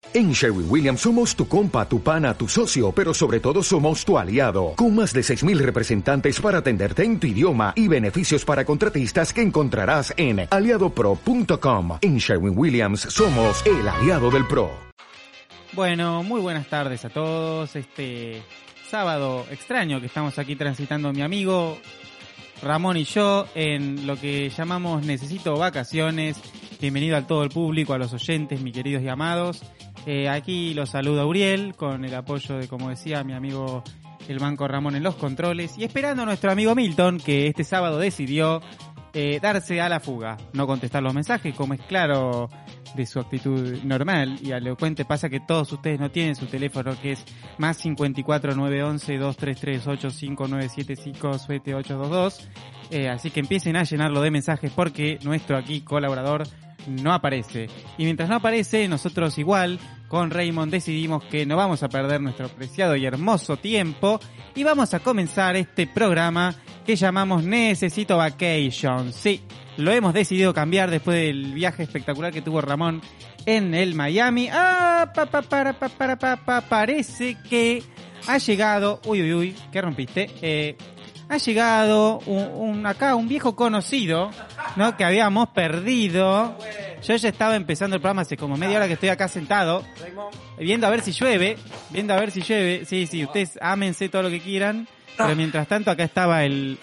En Sherwin-Williams somos tu compa, tu pana, tu socio, pero sobre todo somos tu aliado, con más de 6,000 representantes para atenderte en tu idioma y beneficios para contratistas que encontrarás en aliadopro.com. En Sherwin-Williams somos el aliado del pro. Bueno, muy buenas tardes a todos. Sábado extraño que estamos aquí transitando mi amigo Ramón y yo en lo que llamamos Necesito Vacaciones. Bienvenido a todo el público, a los oyentes, mis queridos y amados. Aquí los saluda Uriel con el apoyo de, como decía, mi amigo el Banco Ramón en los controles y esperando a nuestro amigo Milton, que este sábado decidió darse a la fuga, no contestar los mensajes, como es claro de su actitud normal y elocuente. Pasa que todos ustedes no tienen su teléfono, que es más 54 911 233 8597 7822, así que empiecen a llenarlo de mensajes porque nuestro aquí colaborador no aparece. Y mientras no aparece, nosotros igual con Raymond decidimos que no vamos a perder nuestro preciado y hermoso tiempo y vamos a comenzar este programa que llamamos Necesito Vacation. Sí, lo hemos decidido cambiar después del viaje espectacular que tuvo Ramón en el Miami. Parece que ha llegado... Uy, ¿qué rompiste? Ha llegado un viejo conocido, ¿no? Que habíamos perdido. Yo ya estaba empezando el programa hace como media hora que estoy acá sentado, viendo a ver si llueve. Sí, ustedes ámense todo lo que quieran. Pero mientras tanto acá estaba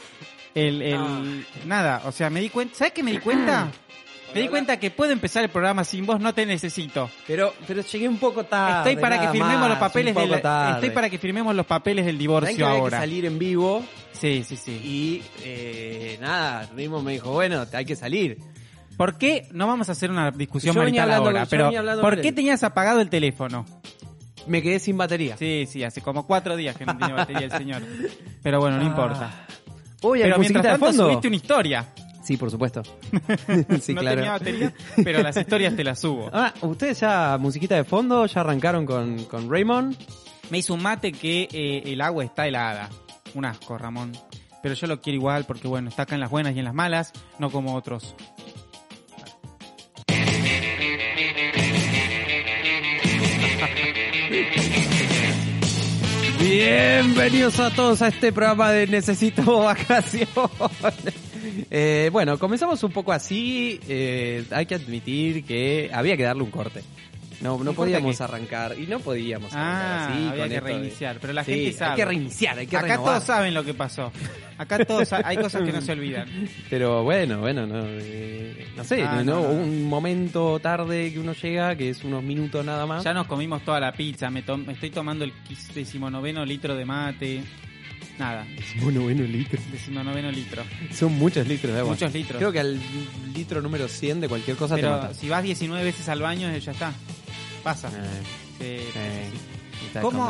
nada, o sea, me di cuenta, ¿sabes qué me di cuenta? Me di cuenta que puedo empezar el programa sin vos, no te necesito. Pero llegué un poco tarde. Estoy para que firmemos los papeles del divorcio que había ahora. Que salir en vivo. Sí. Y Rimo me dijo, bueno, hay que salir. ¿Por qué? No vamos a hacer una discusión marital ahora, pero ¿por qué tenías apagado el teléfono? Me quedé sin batería. Sí, hace como 4 días que no tiene batería el señor. Pero bueno, no importa. Oye, pero mientras tanto fondo subiste una historia. Sí, por supuesto. Sí, no claro. tenía batería, pero las historias te las subo. ¿Ustedes ya, musiquita de fondo, ya arrancaron con Raymond? Me hizo un mate que el agua está helada. Un asco, Ramón. Pero yo lo quiero igual porque, bueno, está acá en las buenas y en las malas, no como otros. Bienvenidos a todos a este programa de Necesito Vacaciones. Bueno, comenzamos un poco así. Hay que admitir que había que darle un corte. No podíamos arrancar. Y no podíamos arrancar así. Había que reiniciar. Pero la sí, gente sabe. Hay que reiniciar, hay que Acá renovar. Todos saben lo que pasó. Acá todos hay cosas que no se olvidan. Pero bueno, no sé, un momento tarde que uno llega, que es unos minutos nada más. Ya nos comimos toda la pizza, me estoy tomando el 19º litro de mate. Nada. 19 litros. 19 litro. Son muchos litros de agua. Muchos litros. Creo que al litro número 100 de cualquier cosa pero te mata. Si vas 19 veces al baño, ya está. Pasa. Sí. ¿Cómo?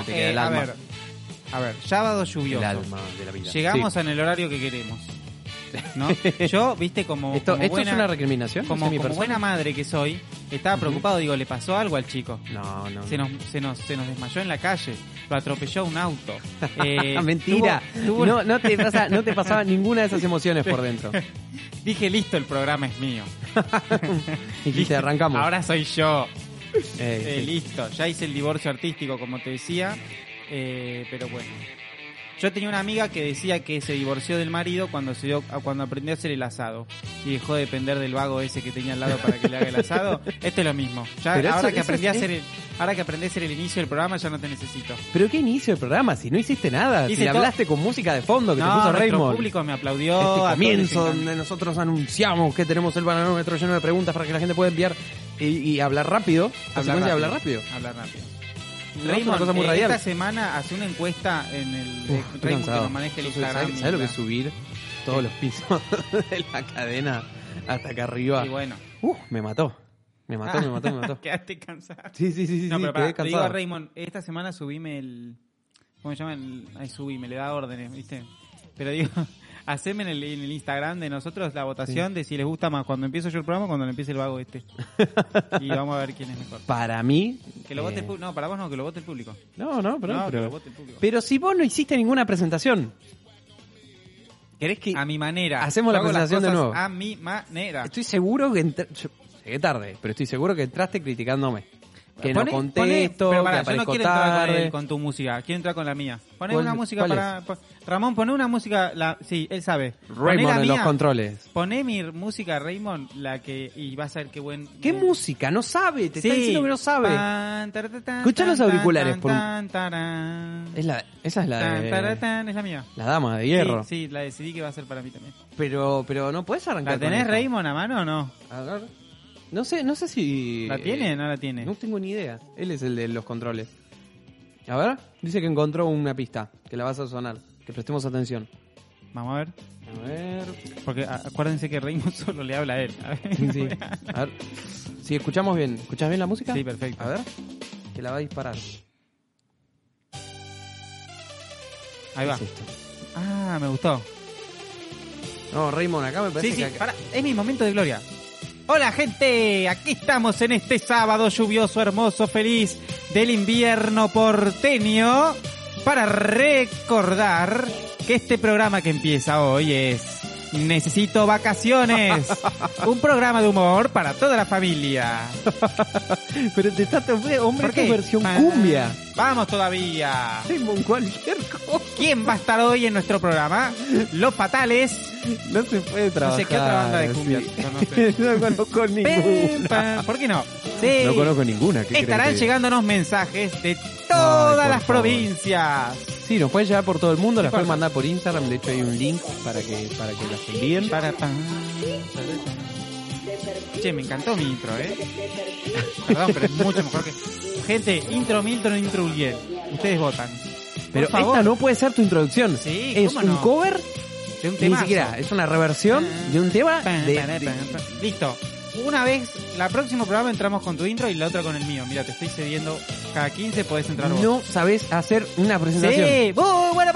A ver, sábado lluvioso. El alma de la vida. Llegamos en el horario que queremos, ¿no? Yo, viste, como ¿Esto buena, es una recriminación? Como buena madre que soy, estaba preocupado. Digo, ¿le pasó algo al chico? No. Se nos desmayó en la calle. Lo atropelló un auto. Mentira. No te pasaba ninguna de esas emociones por dentro. Dije, listo, el programa es mío. Dijiste, arrancamos. Ahora soy yo. Sí. Listo, ya hice el divorcio artístico, como te decía. Pero bueno, yo tenía una amiga que decía que se divorció del marido cuando aprendió a hacer el asado y dejó de depender del vago ese que tenía al lado para que le haga el asado. Esto es lo mismo. Ahora que aprendí a hacer el inicio del programa, ya no te necesito. ¿Pero qué inicio del programa? Si no hiciste nada, si hablaste con música de fondo que te puso Raymond. Nuestro público me aplaudió. Comienzo donde nosotros anunciamos que tenemos el bananómetro lleno de preguntas para que la gente pueda enviar y hablar rápido. Hablar rápido. Raymond, una cosa muy radial. Esta semana hace una encuesta en el Raymond que nos maneja el Instagram. ¿Sabes lo que es subir todos los pisos de la cadena hasta acá arriba? Y bueno. Me mató. Quedaste cansado. Sí, no, pero quedé cansado. Te digo, Raymond, esta semana subime ¿cómo se llama? Subime, le da órdenes, ¿viste? Pero digo, haceme en el Instagram de nosotros la votación de si les gusta más cuando empiezo yo el programa o cuando empiece el vago este. Y vamos a ver quién es mejor. Para mí... Que lo vote el público. No, para vos no, que lo vote el público. Pero que lo vote el público. Pero si vos no hiciste ninguna presentación... ¿Querés que a mi manera? hacemos la presentación de nuevo? A mi manera. Estoy seguro que... Yo llegué tarde, pero estoy seguro que entraste criticándome. que no contesto, pero que yo aparezco no quiero entrar tarde. con tu música, quiero entrar con la mía. Poné ¿Cuál- una música cuál para... Ramón, poné una música... Sí, él sabe. Poné la Raymond en los mía, controles. Poné mi música, Raymond, la que... Y vas a ver qué buen... ¿Qué música? No sabe, te está diciendo que no sabe. Escucha Escuchá los auriculares. Esa es la es de... la mía. La dama de hierro. Sí, la decidí que va a ser para mí también. Pero no puedes arrancar. ¿La tenés, con eso. Raymond, a mano o no? A ver. No sé si... ¿La tiene o no la tiene? No tengo ni idea. Él es el de los controles. A ver, dice que encontró una pista, que la vas a sonar. Que prestemos atención. Vamos a ver. A ver... Porque acuérdense que Raymond solo le habla a él. A ver. Sí. A ver. Si escuchamos bien. ¿Escuchás bien la música? Sí, perfecto. A ver. Que la va a disparar. Ahí va. ¿Qué es esto? Ah, me gustó. No, Raymond, acá me parece Sí, que... pará, es mi momento de gloria. Hola gente, aquí estamos en este sábado lluvioso, hermoso, feliz del invierno porteño para recordar que este programa que empieza hoy es Necesito Vacaciones, un programa de humor para toda la familia. Pero te está... Hombre, ¿Por qué? esta es versión cumbia. Vamos todavía. Raymond, cualquier cosa. ¿Quién va a estar hoy en nuestro programa? Los Fatales. No se puede trabajar. No sé qué otra banda de cumbia sí. conoces. No conozco ninguna. ¿Por qué no? Sí. No conozco ninguna. ¿Qué Estarán crees que- llegándonos mensajes de todas por las favor. provincias. Sí, nos pueden llegar por todo el mundo, las ¿Qué pueden pasa? mandar por Instagram, de hecho hay un link para que las envíen. Che, me encantó mi intro, Perdón, pero es mucho mejor que... Gente, intro Milton o intro Uriel. Ustedes votan. Pero por favor. esta no puede ser tu introducción. Sí, es ¿cómo un no? cover, De un ni temazo. siquiera, es una reversión de un tema de... Listo. Una vez, la próximo programa entramos con tu intro y la otra con el mío. Mira, te estoy cediendo. Cada 15 podés entrar vos. No sabes hacer una presentación. Sí, bueno,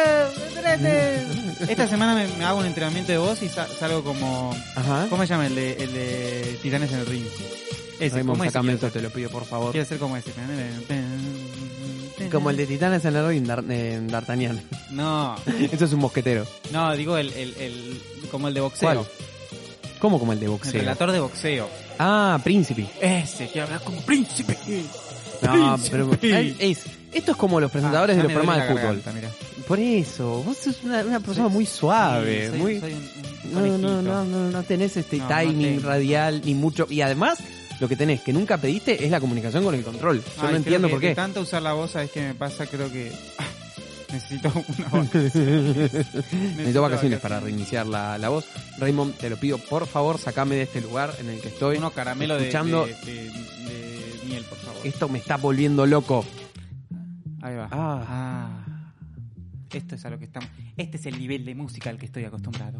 esta semana me hago un entrenamiento de voz y salgo como... Ajá. ¿Cómo se llama? El de Titanes en el Ring. Ese, Raymond, ¿cómo es? sacame esto, te lo pido por favor. Quiero ser como ese. Como el de Titanes en el Ring, D'Artagnan. No, Eso es un mosquetero. no, digo como el de boxeo. ¿Cuál? ¿Cómo como el de El boxeo? relator de boxeo. Ah, Príncipe. Ese, que habla como príncipe. No, Príncipe. pero esto es como los presentadores Ah, de ya los me programas de duele la fútbol. garganta, mirá. Por eso, vos sos una persona muy suave, Sí, muy... soy un No, conejito. no tenés este No, timing no tengo. radial ni mucho. Y además, lo que tenés que nunca pediste es la comunicación con el control. Yo Ay, no entiendo creo por que qué. de tanto usar la voz, ¿sabes qué me pasa? Creo que necesito una voz. Necesito vacaciones para reiniciar la voz. Raymond, te lo pido, por favor, sacame de este lugar en el que estoy. Unos caramelos escuchando. de miel, por favor. Esto me está volviendo loco. Ahí va. Ah. Esto es a lo que estamos. Este es el nivel de música al que estoy acostumbrado.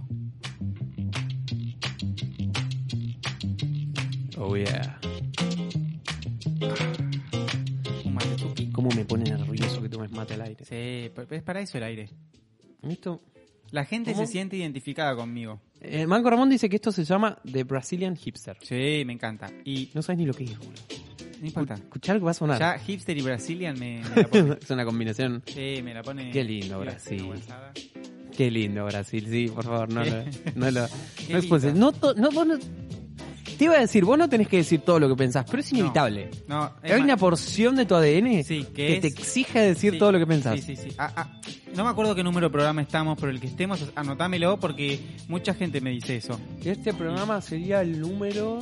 Oh yeah. Un matetuki. ¿Cómo me pone nervioso que tomes mate al aire? Sí, es para eso el aire. Esto... La gente ¿Cómo? se siente identificada conmigo. Manco Ramón dice que esto se llama The Brazilian Hipster. Sí, me encanta. Y No sabes ni lo que es, boludo. no importa. Escuchar lo que va a sonar. Ya hipster y Brazilian me la pone. Es una combinación. Sí, me la pone. Qué lindo, Iba a decir Brasil. una guasada. Qué lindo Brasil, sí, por favor, no Qué- no Qué expulses. lindo. Vos no... Te iba a decir, vos no tenés que decir todo lo que pensás, pero es inevitable. No, es Hay más- una porción de tu ADN Sí, que que es- te exige decir Sí, todo lo que pensás. Sí, sí, sí. No me acuerdo qué número de programa estamos, pero el que estemos, anotámelo porque mucha gente me dice eso. Este programa sería el número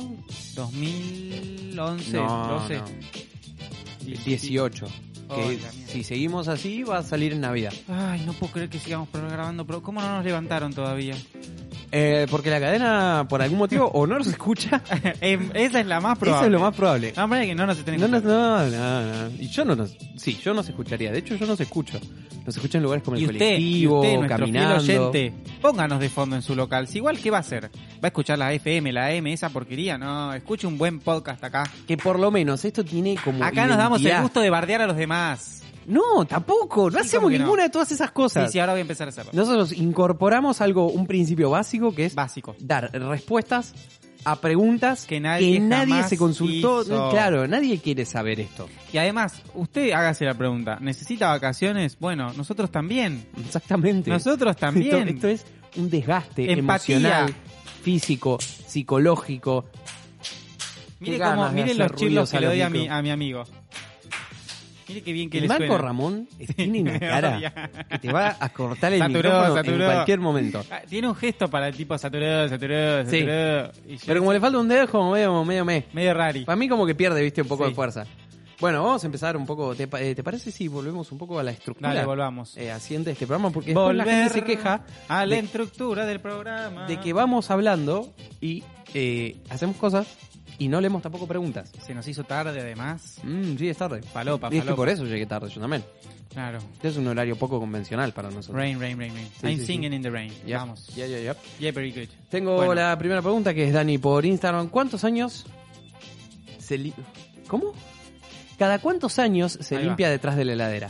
2011, No, 12. no. 18. Oh, Que la mierda. si seguimos así va a salir en Navidad. Ay, no puedo creer que sigamos grabando, pero ¿cómo no nos levantaron todavía? Porque la cadena, por algún motivo, o no nos escucha. Esa es la más probable. Eso es lo más probable. No, hombre, que no nos estén No, escuchando. no. Y yo no nos... Sí, yo nos escucharía. De hecho, yo nos escucho. Nos escucho en lugares como el Y usted, colectivo, nuestro caminando. fiel oyente, pónganos de fondo en su local. Si igual, ¿qué va a hacer? ¿Va a escuchar la FM, la AM, esa porquería? No, escuche un buen podcast acá. Que por lo menos esto tiene como Acá nos damos el identidad. gusto de bardear a los demás. No, tampoco. No Sí, hacemos ¿cómo que no? ninguna de todas esas cosas. Sí, sí, ahora voy a empezar a hacerlo. Nosotros incorporamos un principio básico que es Básico. dar respuestas a preguntas Que nadie jamás se consultó. hizo. Claro, nadie quiere saber esto. Y además, usted hágase la pregunta, ¿necesita vacaciones? Bueno, nosotros también. Exactamente. Nosotros también. Esto es un desgaste Empatía. emocional, físico, psicológico. Miren los chirlos que le doy a mi amigo. Mire qué bien que le suena. Marco Ramón tiene una cara que te va a cortar el micrófono en cualquier momento. Tiene un gesto para el tipo saturado. Sí. Pero como le falta un dedo, es como medio rari. Para mí como que pierde, viste, un poco de fuerza. Bueno, vamos a empezar un poco. ¿Te parece si volvemos un poco a la estructura? Dale, volvamos. Asciende este programa, porque después la gente se queja a la estructura del programa. De que vamos hablando y hacemos cosas y no leemos tampoco preguntas. Se nos hizo tarde, además. Sí, es tarde. Falopa. Y es que por eso llegué tarde, yo también. Claro. Este es un horario poco convencional para nosotros. Rain. Sí, I'm singing in the rain. Yep. Vamos. Yeah, very good. Tengo la primera pregunta, que es Dani por Instagram. ¿Cuántos años ¿Cómo? ¿Cada cuántos años se limpia detrás de la heladera?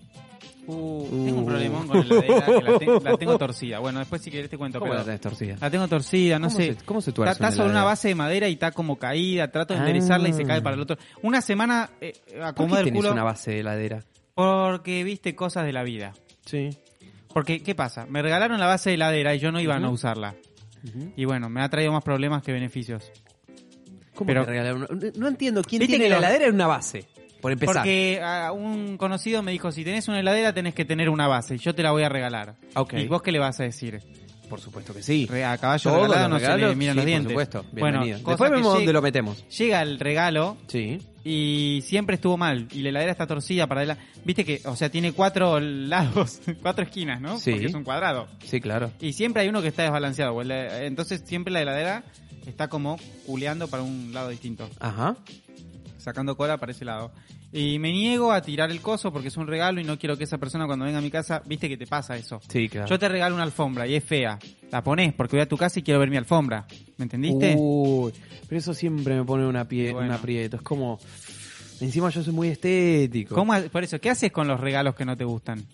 Tengo un problemón con la heladera, que la tengo torcida. Bueno, después si querés te cuento. ¿Cómo la tenés torcida? La tengo torcida, no sé. ¿Cómo se tuerce Está sobre una base de madera y está como caída. Trato de enderezarla y se cae para el otro. Una semana acomoda el culo. ¿Tenés una base de heladera? Porque viste cosas de la vida. Sí. Porque, ¿qué pasa? Me regalaron la base de heladera y yo no iba a no usarla. Y bueno, me ha traído más problemas que beneficios. ¿Cómo te regalaron? No entiendo. ¿Quién tiene la heladera en una base? Por empezar. Porque un conocido me dijo, si tenés una heladera tenés que tener una base. Y yo te la voy a regalar. Okay. ¿Y vos qué le vas a decir? Por supuesto que sí. A caballo regalado no se le miran los dientes. Por supuesto. Bienvenido. Bueno, después vemos dónde lo metemos. Llega el regalo. Sí. Y siempre estuvo mal. Y la heladera está torcida para adelante. Viste que, o sea, tiene 4 lados, 4 esquinas, ¿no? Sí. Porque es un cuadrado. Sí, claro. Y siempre hay uno que está desbalanceado. Entonces siempre la heladera está como culeando para un lado distinto. Ajá. Sacando cola para ese lado. Y me niego a tirar el coso porque es un regalo y no quiero que esa persona cuando venga a mi casa, viste que te pasa eso. Sí, claro. Yo te regalo una alfombra y es fea. La ponés porque voy a tu casa y quiero ver mi alfombra. ¿Me entendiste? Uy, pero eso siempre me pone un aprieto. Es como... Encima yo soy muy estético. Por eso, ¿qué haces con los regalos que no te gustan?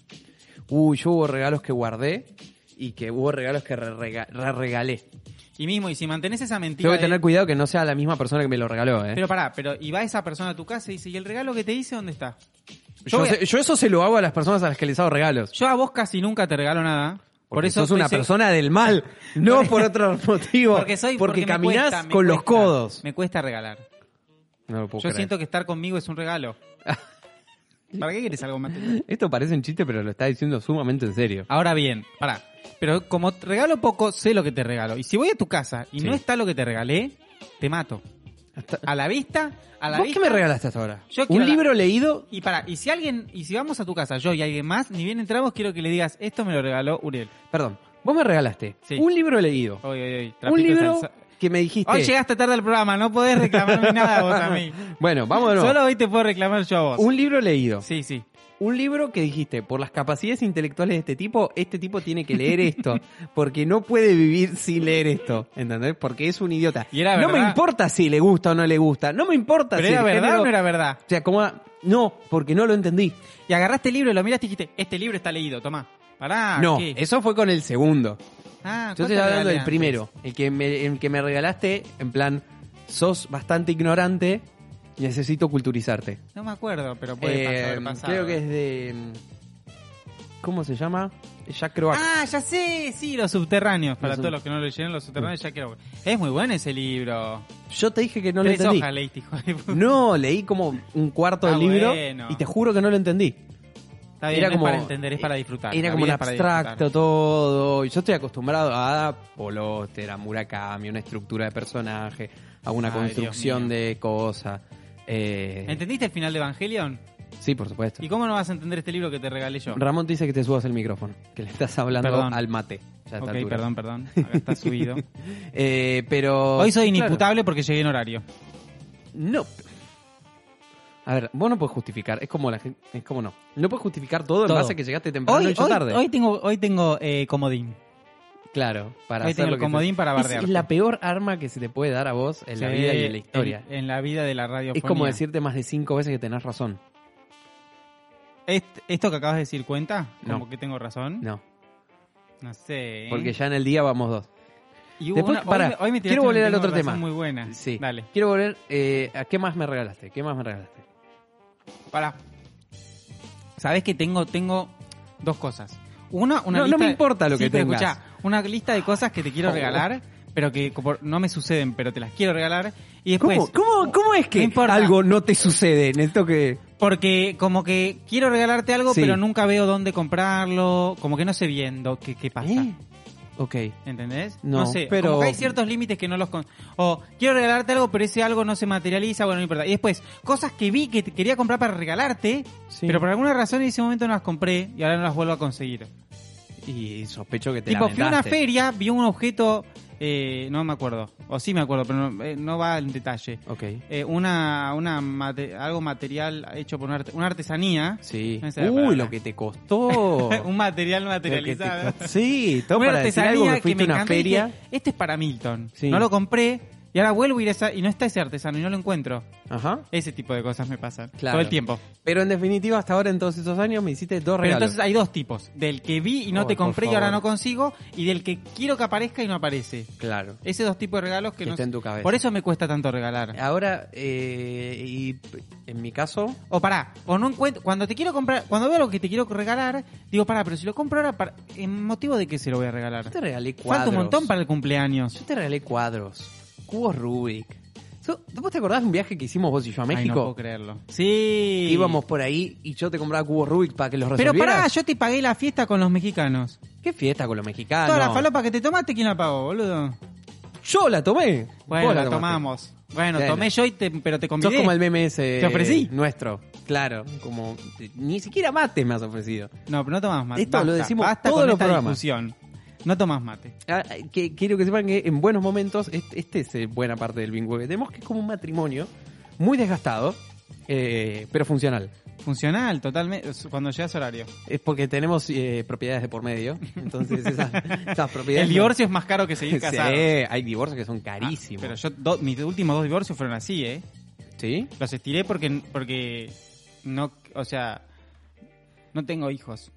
Yo hubo regalos que guardé y que hubo regalos que regalé. Y si mantenés esa mentira... Tengo que tener cuidado que no sea la misma persona que me lo regaló, ¿eh? Pero y va esa persona a tu casa y dice, ¿y el regalo que te hice dónde está? Yo eso se lo hago a las personas a las que les hago regalos. Yo a vos casi nunca te regalo nada. Por eso sos una persona del mal, no por otro motivo. Porque caminás con los codos. Me cuesta regalar. No lo puedo creer. Siento que estar conmigo es un regalo. ¿Para qué querés algo más? Esto parece un chiste, pero lo está diciendo sumamente en serio. Ahora bien, pero como regalo poco, sé lo que te regalo. Y si voy a tu casa y no está lo que te regalé, te mato. A la vista, ¿Vos qué me regalaste hasta ahora? ¿Un libro leído? Y si vamos a tu casa, yo y alguien más, ni bien entramos, quiero que le digas, esto me lo regaló Uriel. Perdón, vos me regalaste un libro leído. Un libro que me dijiste... Hoy llegaste tarde al programa, no podés reclamarme nada vos a mí. Bueno, vámonos. Solo hoy te puedo reclamar yo a vos. Un libro leído. Sí. Un libro que dijiste, por las capacidades intelectuales de este tipo tiene que leer esto, porque no puede vivir sin leer esto, ¿entendés? Porque es un idiota. No me importa si le gusta o no le gusta, no me importa si ¿Pero era verdad o no era verdad? O sea, no, porque no lo entendí. Y agarraste el libro, lo miraste y dijiste, este libro está leído, tomá. Pará. No, ¿qué? Eso fue con el segundo. Yo estoy hablando del primero, el que me regalaste, en plan, sos bastante ignorante, necesito culturizarte. No me acuerdo, pero puede haber pasado. Creo que es de... ¿Cómo se llama? Jack Kerouac. Ah, ya sé, sí, Los Subterráneos. Para todos los que no lo leyeron, Los Subterráneos de Jack Kerouac. Es muy bueno ese libro. Yo te dije que no lo entendí. 3 hojas leíste, hijo de puta. No, leí como un cuarto del libro y te juro que no lo entendí. Está bien, no es para entender, es para disfrutar. Era como un abstracto todo. Y yo estoy acostumbrado a Poloster, a Murakami, una estructura de personaje, a una construcción de cosas. ¿Entendiste el final de Evangelion? Sí, por supuesto. ¿Y cómo no vas a entender este libro que te regalé yo? Ramón te dice que te subas el micrófono, que le estás hablando al mate. Ok, perdón. Acá está subido. Pero... Hoy soy inimputable porque llegué en horario. No. A ver, vos no puedes justificar, es como la gente, es como no. No puedes justificar todo en base a que llegaste temprano y yo tarde. Hoy tengo comodín. Claro, para hoy hacer tengo lo el comodín para bardear. Es la peor arma que se te puede dar a vos en la vida y en la historia. En la vida de la radiofonía. Es como decirte más de 5 veces que tenés razón. ¿Esto que acabas de decir cuenta? No. ¿Como que tengo razón? No. No sé. Porque ya en el día vamos 2. Y después, hoy me quiero volver al otro tema. Muy buena. Sí. Dale. Quiero volver a qué más me regalaste. Sabés que tengo 2 cosas. Una no lista. No me importa lo que tengas. Escuchá, una lista de cosas que te quiero regalar, pero que no me suceden, pero te las quiero regalar. Y después... ¿Cómo es que algo no te sucede? Necesito que... Porque como que quiero regalarte algo, Sí. pero nunca veo dónde comprarlo, como que no sé bien qué pasa. Ok. ¿Entendés? No, sé, pero- como que hay ciertos límites que no los... O quiero regalarte algo, pero ese algo no se materializa, bueno, no importa. Y después, cosas que vi que te quería comprar para regalarte, Sí. pero por alguna razón en ese momento no las compré y ahora no las vuelvo a conseguir. Y sospecho que te Tipo, fui a una lamentaste. feria, vi un objeto, no me acuerdo, o sí me acuerdo, pero no va en detalle. Ok. Algo material hecho por una artesanía. Sí. Esa es la palabra. Lo que te costó. Un material Lo que te materializado. costó. Sí, todo Una para decir algo que fuiste a una encantó y feria. dije, este es para Milton. Sí. No lo compré y ahora vuelvo a ir a esa y no está ese artesano y no lo encuentro. Ajá. Ese tipo de cosas me pasan Claro. todo el tiempo. Pero en definitiva, hasta ahora, en todos esos años, me hiciste 2 Pero regalos. entonces hay dos tipos. Del que vi y no Oh, te por compré y ahora favor. no consigo. Y del que quiero que aparezca y no aparece. Claro. Ese dos tipos de regalos que Que no está en sé. tu cabeza. Por eso me cuesta tanto regalar. Ahora, y en mi caso, O pará, o no encuentro. Cuando te quiero comprar, cuando veo lo que te quiero regalar, digo, pará, pero si lo compro ahora, ¿en motivo de qué se lo voy a regalar? yo te regalé cuadros. Falta un montón para el cumpleaños. Yo te regalé cuadros, cubos Rubik. ¿Vos te acordás de un viaje que hicimos vos y yo a Ay, México? no puedo creerlo. Sí. Íbamos por ahí y yo te compraba cubos Rubik para que los Pero resolvieras. pará, yo te pagué la fiesta con los mexicanos. ¿Qué fiesta con los mexicanos? Toda la falopa que te tomaste, ¿quién la pagó, boludo? Yo la tomé. Bueno, Vos la tomaste. tomamos. Bueno, Bueno. tomé yo pero te convidé. Sos como el meme ese ¿Te ofrecí? nuestro. Claro, como ni siquiera mate me has ofrecido. No, pero no tomas mate. Esto lo decimos basta todos con los esta programas. discusión. No tomas mate. Que quiero que sepan que en buenos momentos, este es buena parte del vínculo que tenemos, que es como un matrimonio muy desgastado, pero funcional. Funcional, totalmente. Cuando llegas horario. Es porque tenemos propiedades de por medio, entonces esas propiedades... El divorcio es más caro que seguir casado. Sí, hay divorcios que son carísimos. Pero yo, mis últimos 2 divorcios fueron así, ¿eh? ¿Sí? Los estiré porque no, o sea, no tengo hijos.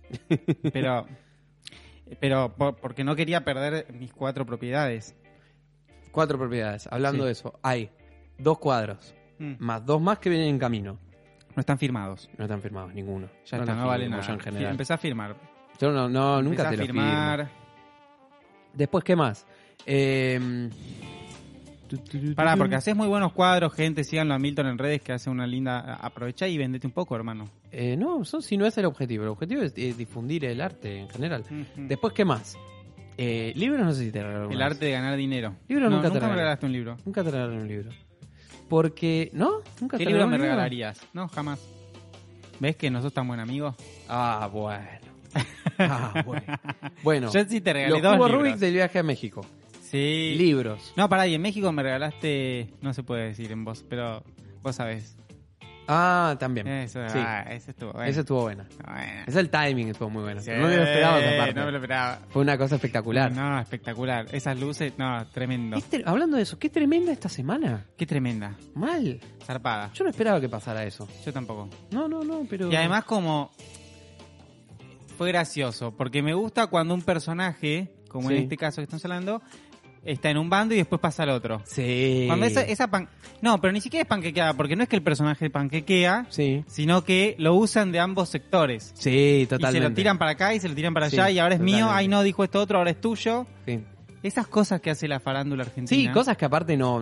Pero porque no quería perder mis 4 propiedades. 4 propiedades. Hablando Sí. de eso, hay 2 cuadros, más 2 más que vienen en camino. No están firmados. No están firmados ninguno. Ya No está, los no vale firmo nada. yo en general. Empecé a firmar. Yo nunca Empecé te a lo firmar. firmo. Después, ¿qué más? Pará, porque haces muy buenos cuadros, gente, síganlo a Milton en redes que hace una linda... Aprovecha y vendete un poco, hermano. No, si no es el objetivo. El objetivo es difundir el arte en general. Ujú. Después, ¿qué más? Libros no sé si te regalaron. El arte de ganar dinero. Libro nunca te me regalé. regalaste un libro. Nunca te regalaron un libro. Porque, ¿no? Nunca ¿Qué te libro me regalaron un libro. regalarías? No, jamás. ¿Ves que no sos tan buen amigo? Ah, bueno. Ah, bueno. Bueno, Yo sí te regalé los 2 cubos libros. Rubik del viaje a México. Sí. Libros. No, pará, y en México me regalaste... No se puede decir en voz, pero vos sabés. Ah, también. Eso, Sí. Ese estuvo bueno. Ese estuvo bueno. Bueno. Ese el timing estuvo muy bueno. Sí, No me lo esperaba esa parte. No me lo esperaba. Fue una cosa espectacular. No, espectacular. Esas luces, no, tremendo. Hablando de eso, qué tremenda esta semana. Qué tremenda. Mal. Zarpada. Yo no esperaba que pasara eso. Yo tampoco. No, pero... Y además como... Fue gracioso, porque me gusta cuando un personaje, como Sí. en este caso que estamos hablando, está en un bando y después pasa al otro. Sí. Cuando No, pero ni siquiera es panquequeada, porque no es que el personaje panquequea, Sí. sino que lo usan de ambos sectores. Sí, Y totalmente. se lo tiran para acá y se lo tiran para Sí, allá y ahora es mío, totalmente. ay no, dijo esto otro, ahora es tuyo. Sí. Esas cosas que hace la farándula argentina. Sí, cosas que aparte no...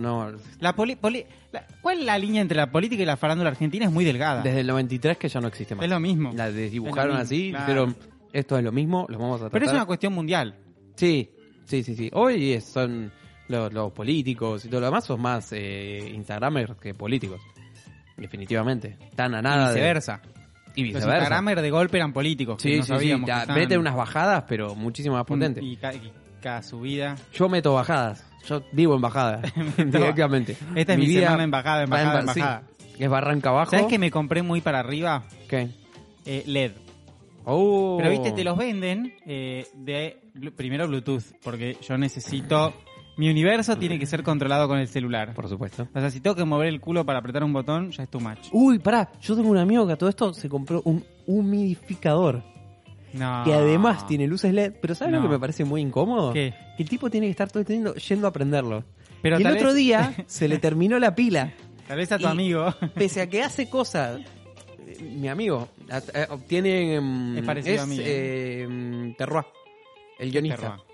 ¿Cuál es la línea entre la política y la farándula argentina? Es muy delgada. Desde el 93 que ya no existe más. Es lo mismo. La dibujaron Es lo mismo, así, claro. dijeron, esto es lo mismo, lo vamos a tratar. Pero es una cuestión mundial. Sí. Hoy son los políticos y todo lo demás, son más instagramers que políticos. Definitivamente. Están a nada y viceversa. Y Los viceversa. instagramers de golpe eran políticos. Que Sí, no sí, sabíamos que sí. estaban- Meten unas bajadas, pero muchísimo más potentes. Y cada subida. Yo meto bajadas. Yo vivo en bajadas. Directamente. Esta es mi vida semana en bajada, en va bajada, en sí. bajada. Es barranca abajo. ¿Sabes que me compré muy para arriba? ¿Qué? LED. Oh. Pero viste, te los venden primero Bluetooth, porque yo necesito... Mi universo tiene que ser controlado con el celular. Por supuesto. O sea, si tengo que mover el culo para apretar un botón, ya es too much. Uy, pará. Yo tengo un amigo que a todo esto se compró un humidificador. No. Que además tiene luces LED. Pero ¿sabes lo No. que me parece muy incómodo? ¿Qué? Que el tipo tiene que estar todo el tiempo yendo a prenderlo. Pero y el tal otro vez- día se le terminó la pila. Tal vez a tu Y- amigo. Pese a que hace cosas... Mi amigo obtiene... Es parecido a mí, Terroir, el guionista. Terroir.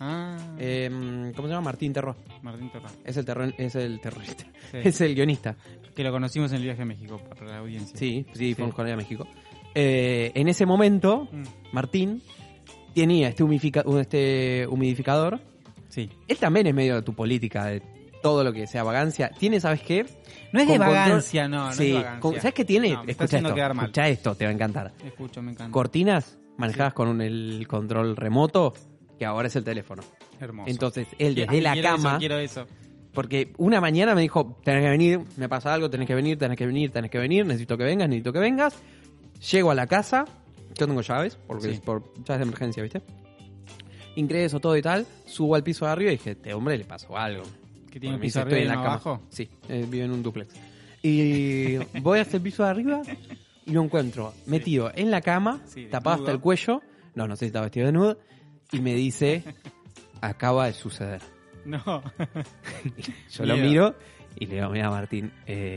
¿Cómo se llama? Martín Terró. Martín Terró. Es el terrorista. Sí. Es el guionista. Que lo conocimos en el viaje a México, por la audiencia. Sí, fuimos con él a México. En ese momento, Martín tenía este humidificador. Sí. Él también es medio de tu política, de todo lo que sea vagancia. Tiene, ¿sabes qué? No es de Con vagancia, control... no es sí, de vagancia. ¿sabes qué tiene? No, me está haciendo quedar mal. Escucha esto, te va a encantar. Escucho, me encanta. Cortinas manejadas con el control remoto, que ahora es el teléfono. Hermoso. Entonces, él desde la cama... Quiero eso. Porque una mañana me dijo, tenés que venir, me pasa algo, tenés que venir, necesito que vengas. Llego a la casa, yo tengo llaves, porque Sí. es por llaves de emergencia, ¿viste? Ingreso todo y tal, subo al piso de arriba y dije, este hombre le pasó algo. ¿Que tiene un Porque me piso dice, arriba y estoy uno abajo? Sí, vivo en un dúplex. Y voy hasta el piso de arriba y lo encuentro metido en la cama, Sí, tapado desnudo. hasta el cuello. No sé si estaba vestido desnudo. Y me dice, acaba de suceder. No. Yo lo Miedo. miro y le digo, mira Martín,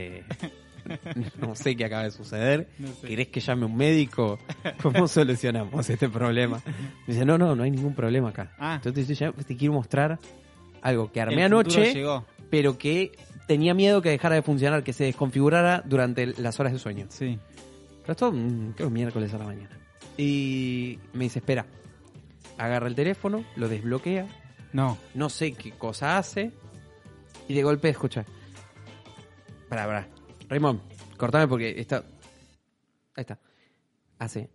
no sé qué acaba de suceder. No sé. ¿Querés que llame a un médico? ¿Cómo solucionamos este problema? Me dice, no hay ningún problema acá. Ah. Entonces yo te quiero mostrar algo que armé El futuro anoche, llegó. pero que tenía miedo que dejara de funcionar, que se desconfigurara durante las horas de sueño. Sí. Pero esto, creo, miércoles a la mañana. Y me dice, espera. Agarra el teléfono, lo desbloquea, No. no sé qué cosa hace, y de golpe escucha. Pará. Raymond, cortame porque está... Ahí está. Hace...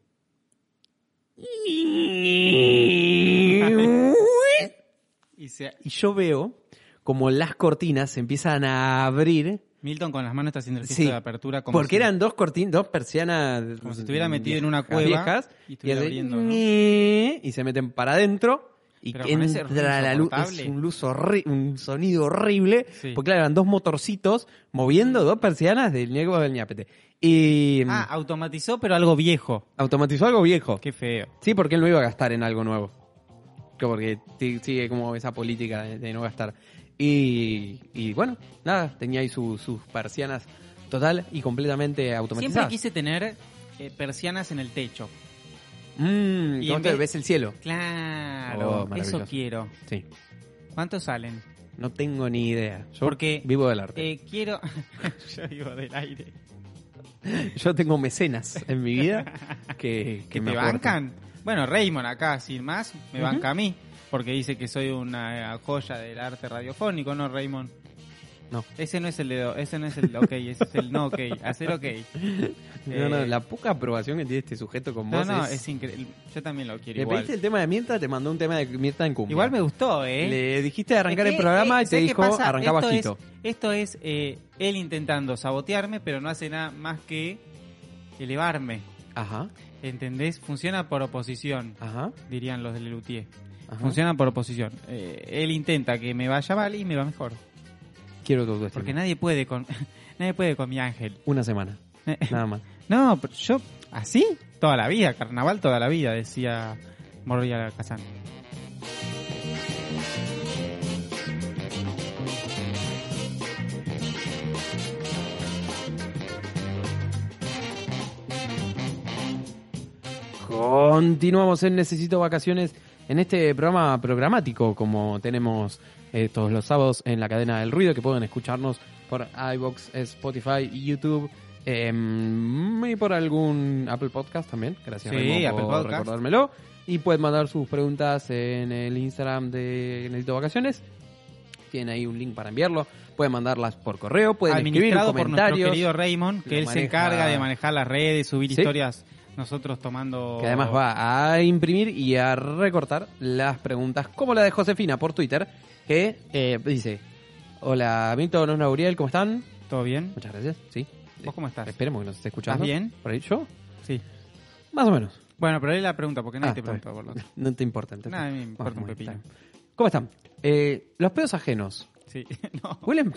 Y yo veo como las cortinas se empiezan a abrir. Milton con las manos está haciendo el gesto Sí, de apertura como porque si, eran dos persianas... como si estuviera metido en una cueva viejas, y estuviera hace abriendo, ¿no? y se meten para adentro y Pero con ese ruido entra la luz. insoportable. Es un sonido horrible. Sí. Porque claro, eran dos motorcitos moviendo dos persianas del niego del ñapete. Y automatizó, pero algo viejo. automatizó algo viejo. Qué feo. Sí, porque él no iba a gastar en algo nuevo. Porque sigue como esa política de no gastar. Y bueno, nada, tenía ahí sus persianas total y completamente automatizadas. Siempre quise tener persianas en el techo. Y en ¿cómo te vez- ves el cielo? Claro, Oh, maravilloso. eso quiero. Sí. ¿Cuántos salen? No tengo ni idea. Yo Porque vivo del arte. quiero... Yo vivo del aire. Yo tengo mecenas en mi vida que ¿Que me te aportan. bancan? Bueno, Raymond acá, sin más, me banca a mí. Porque dice que soy una joya del arte radiofónico, ¿no, Raymond? No. Ese no es el dedo, ese no es el ok, ese es el no ok, hacer ok. No, la poca aprobación que tiene este sujeto con vos No, es increíble. Yo también lo quiero Le igual. pediste el tema de Mirta, te mandó un tema de Mirta en cumbia. Igual me gustó, ¿eh? Le dijiste de arrancar Es el que, programa y te ¿sabes qué dijo pasa? arrancá bajito. Esto es él intentando sabotearme, pero no hace nada más que elevarme. Ajá, ¿Entendés? Funciona por oposición, ajá, dirían los de Lelutier. ajá. Funciona por oposición. Él intenta que me vaya mal y me va mejor. Quiero tu autoestima. Porque nadie puede con nadie puede con mi ángel. Una semana, nada más. No, pero yo así toda la vida, carnaval toda la vida, decía Moria Kazan. Continuamos en Necesito Vacaciones en este programa programático, como tenemos todos los sábados en la cadena del ruido, que pueden escucharnos por iVoox, Spotify y YouTube, y por algún Apple Podcast también. Gracias, Sí, Raymond, Apple por Podcast. recordármelo. Y pueden mandar sus preguntas en el Instagram de Necesito Vacaciones. Tienen ahí un link para enviarlo. Pueden mandarlas por correo, pueden escribir Administrado por nuestro comentarios. querido Raymond, que Lo él se maneja- encarga de manejar las redes, subir Sí. historias, nosotros tomando... Que además va a imprimir y a recortar las preguntas, como la de Josefina por Twitter, que dice: hola Milton, Osna, Uriel, ¿cómo están? ¿Todo bien? Muchas gracias, sí. ¿Vos cómo estás? Esperemos que nos esté escuchando. ¿Estás bien? ¿Por ahí yo? Sí. Más o menos. Bueno, pero él la pregunta, porque nadie te está preguntó bien. por lo No te importa. entonces. Nada, me importa un Muy pepino. bien. ¿Cómo están? Los pedos ajenos. Sí, no. ¿Huelen?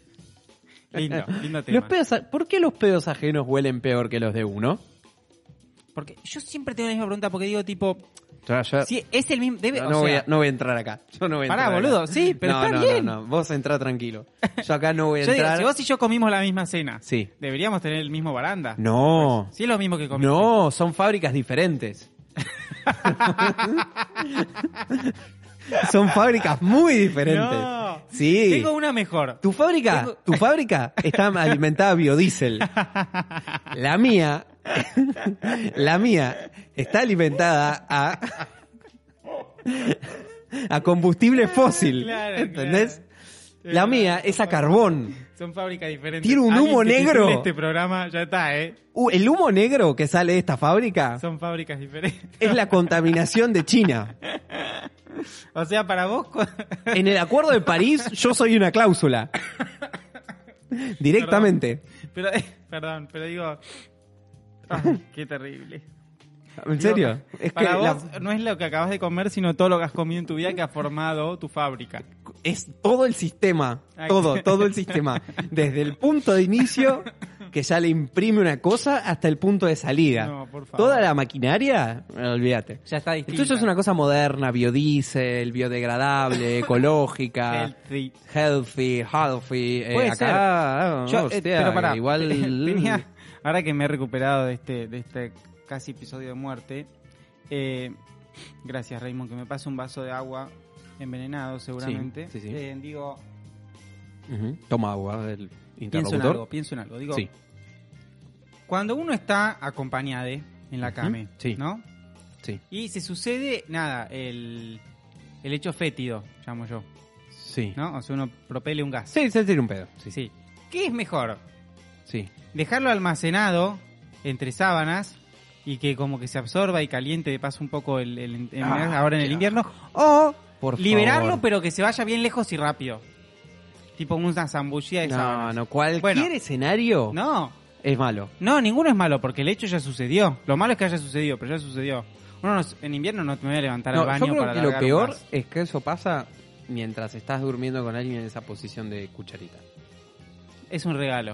Lindo tema. ¿Por qué los pedos ajenos huelen peor que los de uno? Porque yo siempre tengo la misma pregunta, porque digo tipo... Yo- Si es el mismo... Debe, no, o voy sea, a, no voy a entrar acá. Yo no voy a Pará, entrar boludo, acá. sí, pero no, está no, bien. No, vos entrá tranquilo. Yo acá no voy a yo digo, entrar. si vos y yo comimos la misma cena, Sí. deberíamos tener el mismo baranda. No. Si es lo mismo que comimos. No, son fábricas diferentes. Son fábricas muy diferentes. No. Sí. Tengo una mejor. Tu fábrica está alimentada a biodiesel. La mía está alimentada a combustible fósil. Claro, ¿entendés? claro. La mía es a carbón. Son fábricas diferentes. Tiene un humo Alguien que negro. titule este programa ya está, ¿eh? El humo negro que sale de esta fábrica Son fábricas diferentes. es la contaminación de China. O sea, para vos... En el Acuerdo de París yo soy una cláusula. Directamente. Perdón, pero digo... Ay, qué terrible. ¿En serio? Es para vos no es lo que acabas de comer, sino todo lo que has comido en tu vida que ha formado tu fábrica. Es todo el sistema. Todo el sistema. Desde el punto de inicio, que ya le imprime una cosa, hasta el punto de salida. No, por favor. Toda la maquinaria, olvídate. Ya está distinta. Esto es una cosa moderna, biodiesel, biodegradable, ecológica. Healthy. Puede acá, ser. hostia, pero pará, igual... ahora que me he recuperado de este casi episodio de muerte, gracias Raymond, que me pasa un vaso de agua envenenado seguramente. Sí. Digo... Toma agua del interlocutor. Pienso en algo. Digo, sí. Cuando uno está acompañado en la cama, sí. ¿no? Sí. Y se sucede, el hecho fétido, llamo yo. Sí. ¿No? O sea, uno propele un gas. Sí, se tira un pedo. Sí. ¿Qué es mejor? Sí. Dejarlo almacenado entre sábanas y que como que se absorba y caliente de paso un poco ahora en el invierno. O liberarlo, pero que se vaya bien lejos y rápido. Tipo una zambullida de sábanas. No, cualquier escenario es malo. No, ninguno es malo, porque el hecho ya sucedió. Lo malo es que haya sucedido, pero ya sucedió. En invierno no me voy a levantar al baño para yo creo que lo peor un gas. es que eso pasa mientras estás durmiendo con alguien en esa posición de cucharita. Es un regalo.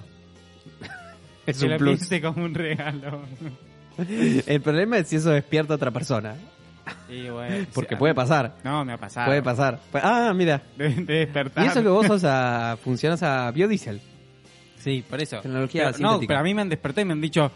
Es que un lo plus. piense como un regalo. El problema es si eso despierta a otra persona. Sí, bueno, porque puede pasar. No, me ha pasado. Puede pasar. Mira. De despertar. Y eso que vos funcionas a biodiesel. Sí, por eso. Tecnología pero, sintética. pero a mí me han despertado y me han dicho...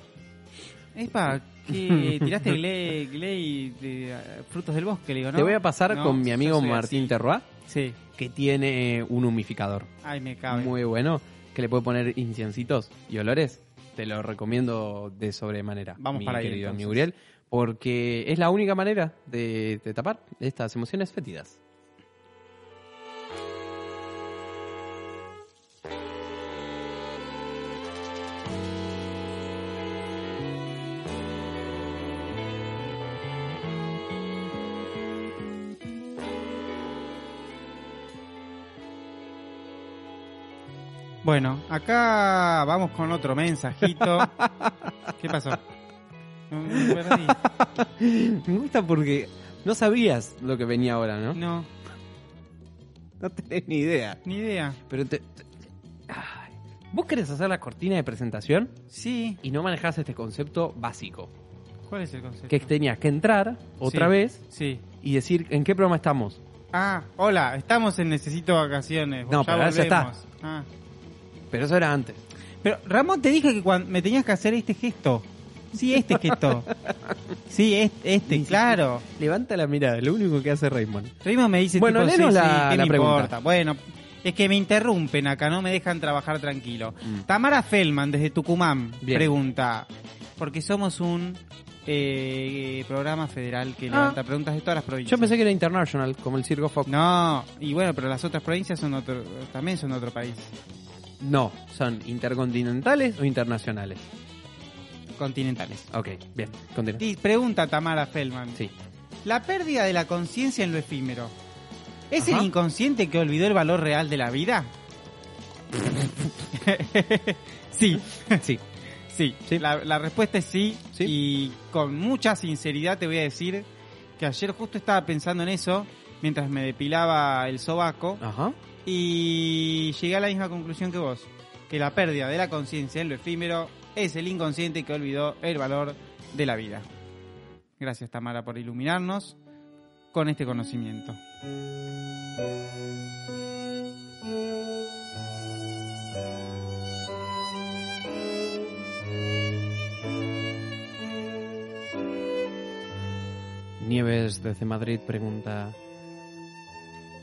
¿qué tiraste Gley de frutos del bosque? Le digo, ¿no? Te voy a pasar con mi amigo Martín Terroir, sí, que tiene un humificador. Ay, me cabe. Muy bueno, que le puede poner inciencitos y olores. Te lo recomiendo de sobremanera. Vamos para ahí, querido entonces. amigo Uriel, porque es la única manera de tapar estas emociones fétidas. Bueno, acá vamos con otro mensajito. ¿Qué pasó? Me perdí. Me gusta porque no sabías lo que venía ahora, ¿no? No, No tenés ni idea. ni idea. Pero Ay. ¿Vos querés hacer la cortina de presentación Sí. y no manejás este concepto básico? ¿Cuál es el concepto? Que tenías que entrar otra Sí, vez Sí. y decir en qué programa estamos. Ah, hola, estamos en Necesito Vacaciones. No, ya pero ahora ya volvemos. está. Ah. Pero eso era antes. Pero Ramón, te dije que me tenías que hacer este gesto. Sí, este gesto. Sí, claro. Levanta la mirada, es lo único que hace Raymond. Raymond me dice, Bueno, tipo, léenos sí, la ¿qué me pregunta. importa? Bueno, es que me interrumpen acá, no me dejan trabajar tranquilo. Tamara Feldman, desde Tucumán, Bien. pregunta, porque somos un programa federal que levanta preguntas de todas las provincias. Yo pensé que era international, como el Circo Fox. No, y bueno, pero las otras provincias también son de otro país. No, son intercontinentales o internacionales. Continentales. Ok, bien, continúa. Y pregunta Tamara Feldman. Sí. La pérdida de la conciencia en lo efímero. ¿Es Ajá. el inconsciente que olvidó el valor real de la vida? Sí. Sí. Sí. Sí. La respuesta es sí. Sí. Y con mucha sinceridad te voy a decir que ayer justo estaba pensando en eso mientras me depilaba el sobaco Ajá. y llegué a la misma conclusión que vos. Que la pérdida de la conciencia en lo efímero es el inconsciente que olvidó el valor de la vida. Gracias, Tamara, por iluminarnos con este conocimiento. Nieves desde Madrid pregunta: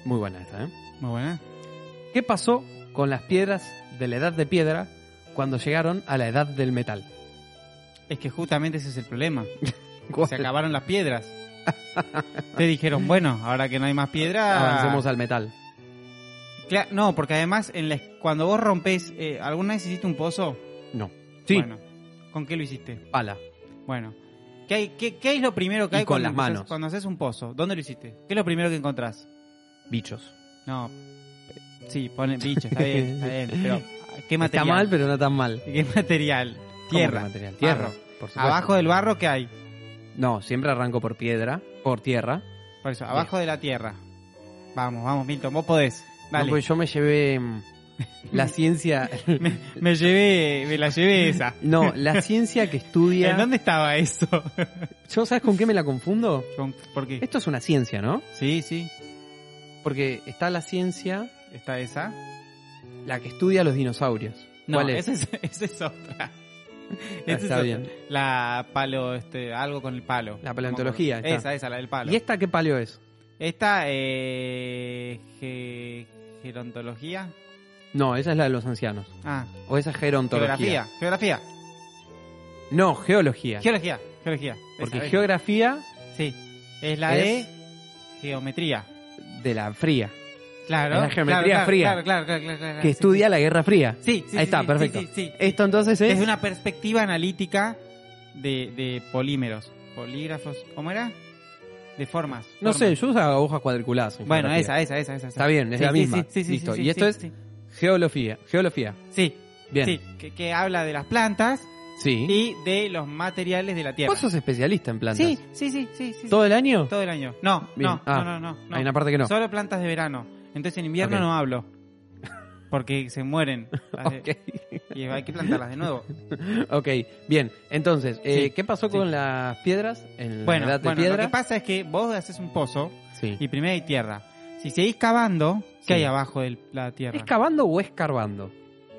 Muy buena esta, ¿eh? Muy buena. ¿Qué pasó con las piedras de la edad de piedra cuando llegaron a la edad del metal? Es que justamente ese es el problema. ¿Cuál? Se acabaron las piedras. Te dijeron, bueno, ahora que no hay más piedra... Avancemos al metal. No, porque además cuando vos rompés... ¿alguna vez hiciste un pozo? No. Sí. Bueno, ¿con qué lo hiciste? Pala. Bueno, ¿qué es lo primero que Y hay con las manos. Cuando haces un pozo? ¿Dónde lo hiciste? ¿Qué es lo primero que encontrás? Bichos. No, sí, ponen bichos, está bien, pero ¿qué material? Está mal, pero no tan mal. ¿Qué material? ¿Cómo Tierra. que material? Tierra, Barro. por supuesto. Abajo del barro, ¿qué hay? No, siempre arranco por piedra, por tierra. Por eso, abajo de la tierra. Vamos, Milton, vos podés. Dale. No, pues yo me llevé la ciencia... me la llevé esa. No, la ciencia que estudia... ¿En dónde estaba eso? ¿Yo sabes con qué me la confundo? ¿Por qué? Esto es una ciencia, ¿no? Sí, sí. Porque está la ciencia, ¿Está esa? la que estudia los dinosaurios. No, ¿Cuál es? esa es otra. Esa Está es bien. otra. La palo, algo con el palo. La paleontología, está. Esa, la del palo. ¿Y esta qué paleo es? Esta, gerontología. No, esa es la de los ancianos. Ah, O esa es gerontología. geografía. No, geología. Geología. Porque Esa, geografía sí, es la es- de geometría. de la fría, Claro. Es la geometría fría. Claro. que sí, estudia la Guerra Fría. Sí, Ahí está, perfecto. Sí. Esto entonces es... Desde una perspectiva analítica de polímeros. Polígrafos, ¿cómo era? De formas. No sé, formas. yo usaba hojas cuadriculadas. en Bueno, geografía. esa. Está bien, es Sí, la sí, misma. sí, Listo. sí, Y esto es sí. geología. Sí, Bien. sí, que habla de las plantas Sí. y de los materiales de la tierra. Vos sos especialista en plantas. Sí. ¿Todo el año? Todo el año. No, Bien. no. Hay una parte que no. Solo plantas de verano. Entonces en invierno Ok. no hablo. Porque se mueren. Ok. Y hay que plantarlas de nuevo. Ok, bien. Entonces, Sí, ¿qué pasó sí. con las piedras en Bueno, la edad de lo piedra? que pasa es que vos haces un pozo Sí. y primero hay tierra. Si seguís cavando, Sí. ¿qué hay abajo de la tierra? ¿Es cavando o escarbando?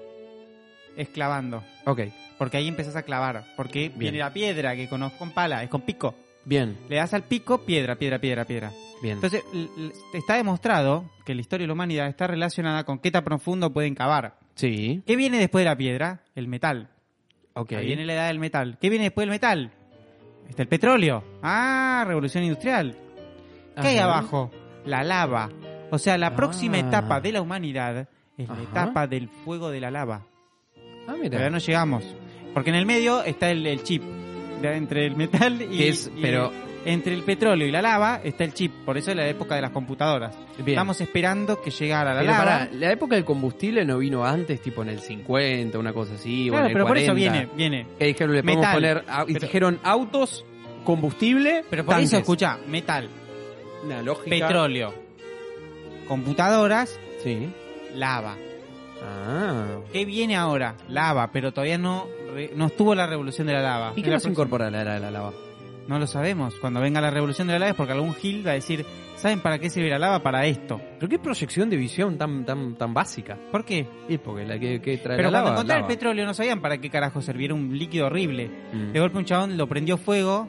Es clavando. Ok, Porque ahí empezás a clavar. Porque viene la piedra, que conozco con pala, es con pico. bien, Le das al pico, piedra. bien. Entonces, está demostrado que la historia de la humanidad está relacionada con qué tan profundo pueden cavar. Sí, ¿Qué viene después de la piedra? El metal. ok. Ahí viene la edad del metal. ¿Qué viene después del metal? Está el petróleo. Ah, revolución industrial. ¿Qué hay Ajá. abajo? La lava. O sea, la próxima Ah. etapa de la humanidad es la Ajá. etapa del fuego de la lava. Ah, mira. Todavía no llegamos. Porque en el medio está el chip. Entre el metal y, Que es- pero- entre el petróleo y la lava está el chip. Por eso es la época de las computadoras. Bien. Estamos esperando que llegara la Pero lava. pará, la época del combustible no vino antes, tipo en el 50, una cosa así, o Claro, en el pero 40. por eso viene. Que dijeron, le podemos Metal. poner... y Pero- dijeron autos, combustible, Pero por tanques. eso, escucha, metal, Una lógica... petróleo, computadoras, Sí. lava. Ah. ¿Qué viene ahora? Lava, pero todavía no estuvo la revolución de la lava. ¿Y qué En la nos próxima- incorpora a la era de la lava? No lo sabemos. Cuando venga la revolución de la lava es porque algún Gil va a decir, ¿saben para qué sirve la lava? Para esto. ¿Pero qué proyección de visión tan básica? ¿Por qué? Y porque la que trae Pero la cuando lava, encontraron el lava. petróleo no sabían para qué carajo servía, era un líquido horrible. Mm. De golpe un chabón lo prendió fuego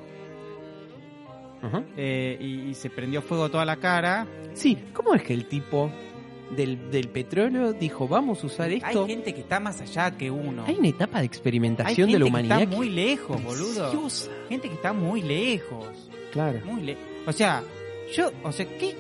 Ajá. y se prendió fuego toda la cara. Sí, ¿cómo es que el tipo del petróleo dijo, vamos a usar esto? Hay gente que está más allá que uno. Hay una etapa de Hay experimentación gente de la que humanidad está muy lejos, boludo. preciosa. Gente que está muy lejos. Claro. Muy lejos. O sea, ¿qué?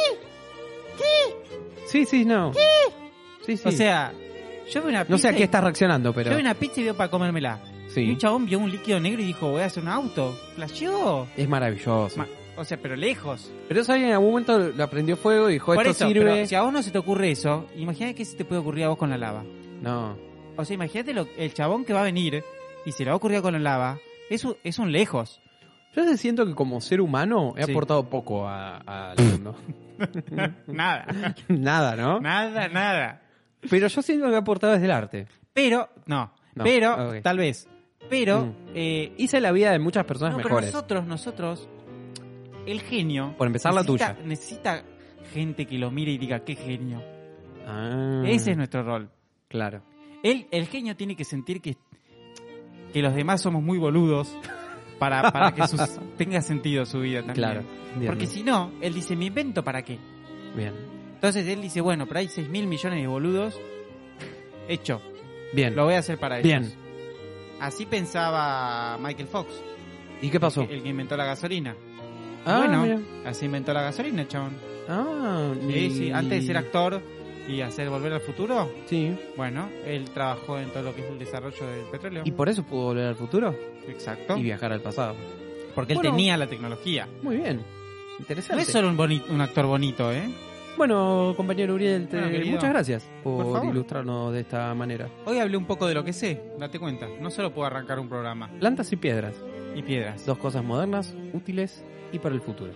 Sí, no. Sí, sí. O sea, yo veo una pizza. no sé a y- qué estás reaccionando, pero... Yo veo una pizza y veo para comérmela. Y Sí, un chabón vio un líquido negro y dijo, voy a hacer un auto. Flasheó. es maravilloso. O sea, pero lejos. Pero eso alguien en algún momento lo prendió fuego y dijo, Por esto eso, sirve... pero si a vos no se te ocurre eso, imagínate que se te puede ocurrir a vos con la lava. No. O sea, imagínate el chabón que va a venir y se le va a ocurrir con la lava. Es un lejos. Yo siento que como ser humano he Sí. aportado poco al mundo. Nada. Nada, ¿no? Nada. Pero yo siento que he aportado desde el arte. Pero, No, ok. tal vez. Pero, Hice la vida de muchas personas no, pero mejores. nosotros, el genio... Por empezar, la tuya. Necesita gente que lo mire y diga, qué genio. Ah, Ese es nuestro rol. claro. El genio tiene que sentir que los demás somos muy boludos para que tenga sentido su vida también. Claro. Bien, Porque si no, él dice, ¿me invento para qué? bien. Entonces él dice, bueno, pero hay 6.000 millones de boludos. Hecho. Bien. Lo voy a hacer para ellos. Bien. Así pensaba Michael Fox. ¿Y qué pasó? El que inventó la gasolina. Ah, bueno, mira. así inventó la gasolina, chabón. Ah, Sí, antes de ser actor y hacer Volver al Futuro, Sí. bueno, él trabajó en todo lo que es el desarrollo del petróleo. ¿Y por eso pudo volver al futuro? Exacto. Y viajar al pasado. Porque él Bueno. tenía la tecnología. Muy bien. Interesante. No es solo un actor bonito, ¿eh? Bueno, compañero Uriel, Bueno, querido. muchas gracias Por por favor. ilustrarnos de esta manera. Hoy hablé un poco de lo que sé, date cuenta. No solo puedo arrancar un programa. Plantas y piedras. Y piedras. Dos cosas modernas, útiles y para el futuro.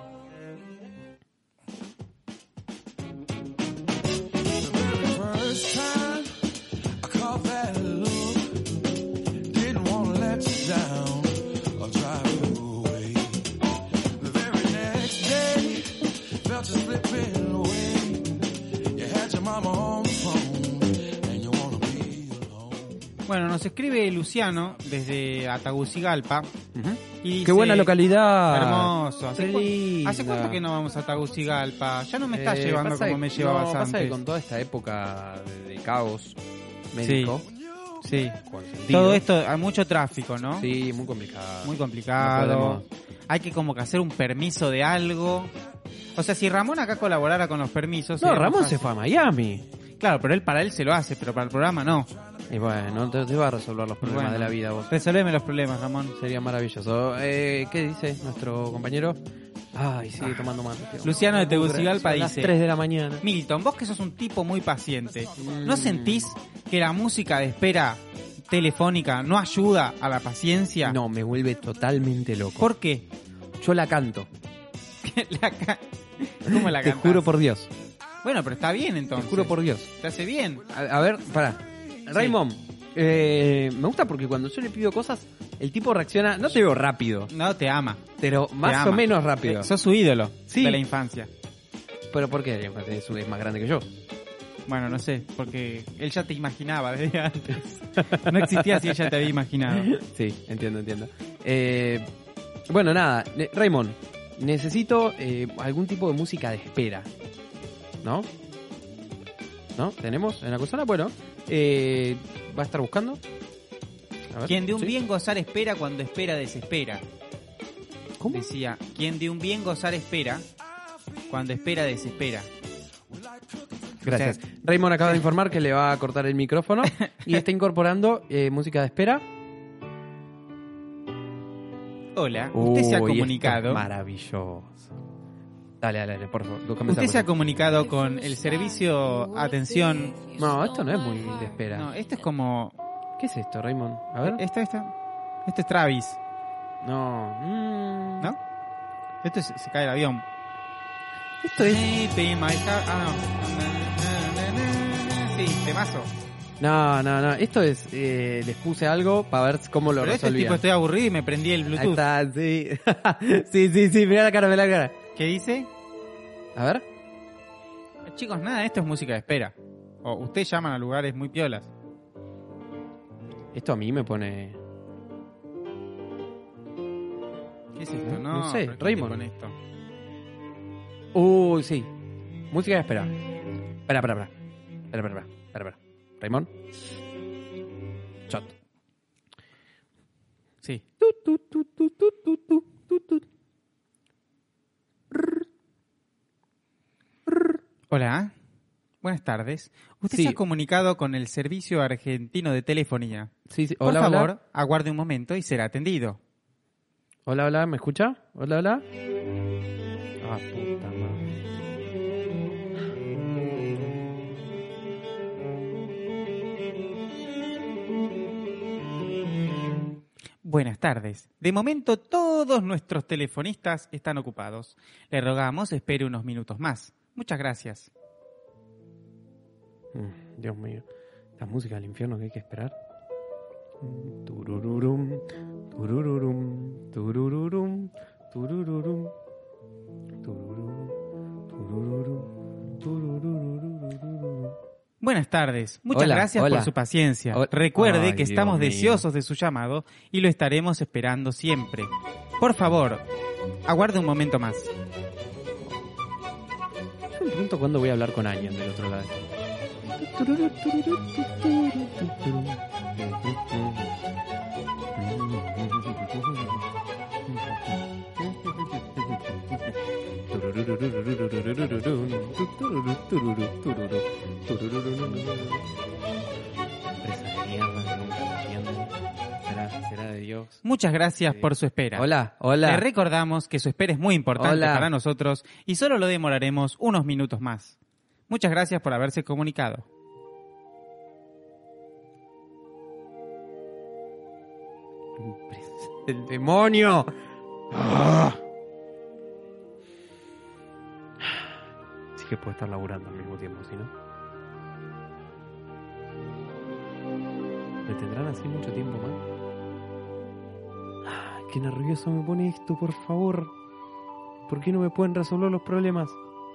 Bueno, nos escribe Luciano desde Atagucigalpa. Y dice, ¡Qué buena localidad! Hermoso. ¿Hace, Qué ¿Hace linda. cuánto que no vamos a Atagucigalpa? Ya no me está llevando Pasa como que- me llevabas no, pasa que antes. con toda esta época de caos médico, Sí. con sentido, Todo esto, hay mucho tráfico, ¿no? sí, muy complicado. Muy complicado. No podemos. Hay que como que hacer un permiso de algo. O sea, si Ramón acá colaborara con los permisos... No, sería más Ramón fácil. se fue a Miami. Claro, pero para él se lo hace, pero para el programa no. Y bueno, te va a resolver los problemas Bueno. de la vida vos. Resolveme los problemas, Ramón. Sería maravilloso. ¿Qué dice nuestro compañero? Ay, sigue tomando mate. tío. Luciano de Tegucigalpa Son las dice... 3 de la mañana. Milton, vos que sos un tipo muy paciente, ¿no sentís que la música de espera telefónica no ayuda a la paciencia? No, me vuelve totalmente loco. ¿Por qué? Yo la canto. ¿Cómo la Te cantás? juro por Dios. Bueno, pero está bien entonces. Te juro por Dios. Te hace bien. A ver, pará. Raymond, me gusta porque cuando yo le pido cosas, el tipo reacciona, no te digo rápido, No, te ama. pero Te más ama. o menos rápido. Sos su ídolo Sí. de la infancia. Pero ¿por qué? Es más grande que yo. Bueno, no sé, porque él ya te imaginaba desde antes. No existía si él ya te había imaginado. Sí, entiendo. Bueno, nada, Raymond, necesito algún tipo de música de espera. ¿No? ¿No? ¿Tenemos en la consola? Bueno, va a estar buscando. A ver, Quien de un ¿sí? bien gozar espera cuando espera desespera. ¿Cómo? Decía, quien de un bien gozar espera cuando espera desespera. Gracias. O sea, Raymond acaba de informar que le va a cortar el micrófono y está incorporando música de espera. Hola, usted se ha Uy, comunicado. esto es maravilloso. Dale, por favor. Usted se ha comunicado con el servicio atención. No, esto no es muy de espera. No, esto es como. ¿Qué es esto, Raymond? A ver. Esto es Travis, No. ¿no? Esto se cae el avión. Esto es. Be my car- Ah, no. Sí, temazo. No. Esto es. Les puse algo para ver cómo lo Pero este resolvía. tipo estoy aburrido y me prendí el Ahí Bluetooth. está, sí. sí, mirá la cara. ¿Qué dice? A ver. Chicos, nada, esto es música de espera. O ustedes llaman a lugares muy piolas. Esto a mí me pone. ¿Qué es esto? No sé, pero ¿qué Raymond. te pone esto? Uy, sí. Música de espera. Espera. Raymond. Shot. Sí. Hola. Buenas tardes. Usted Sí. se ha comunicado con el Servicio Argentino de Telefonía. Sí. Por Hola, favor, hola. aguarde un momento y será atendido. Hola, ¿me escucha? Hola. Ah, puta madre. Buenas tardes. De momento todos nuestros telefonistas están ocupados. Le rogamos espere unos minutos más. Muchas gracias. Dios mío. La música del infierno que hay que esperar. Turururum, turururum, turururum, turururum, turururum, turururum, turururum. Buenas tardes. Muchas Hola, gracias hola. por su paciencia. Hola. Recuerde Ay, que estamos Dios mío. deseosos de su llamado y lo estaremos esperando siempre. Por favor, aguarde un momento más. Yo pregunto cuándo voy a hablar con alguien del otro lado. ¿Será de Dios? Muchas gracias por su espera. Hola. Le recordamos que su espera es muy importante para nosotros y solo lo demoraremos unos minutos más. Muchas gracias por haberse comunicado. ¡El demonio! Sí que puedo estar laburando al mismo tiempo, ¿sí no? ¿Me tendrán así mucho tiempo más? Qué nervioso me pone esto, por favor. ¿Por qué no me pueden resolver los problemas?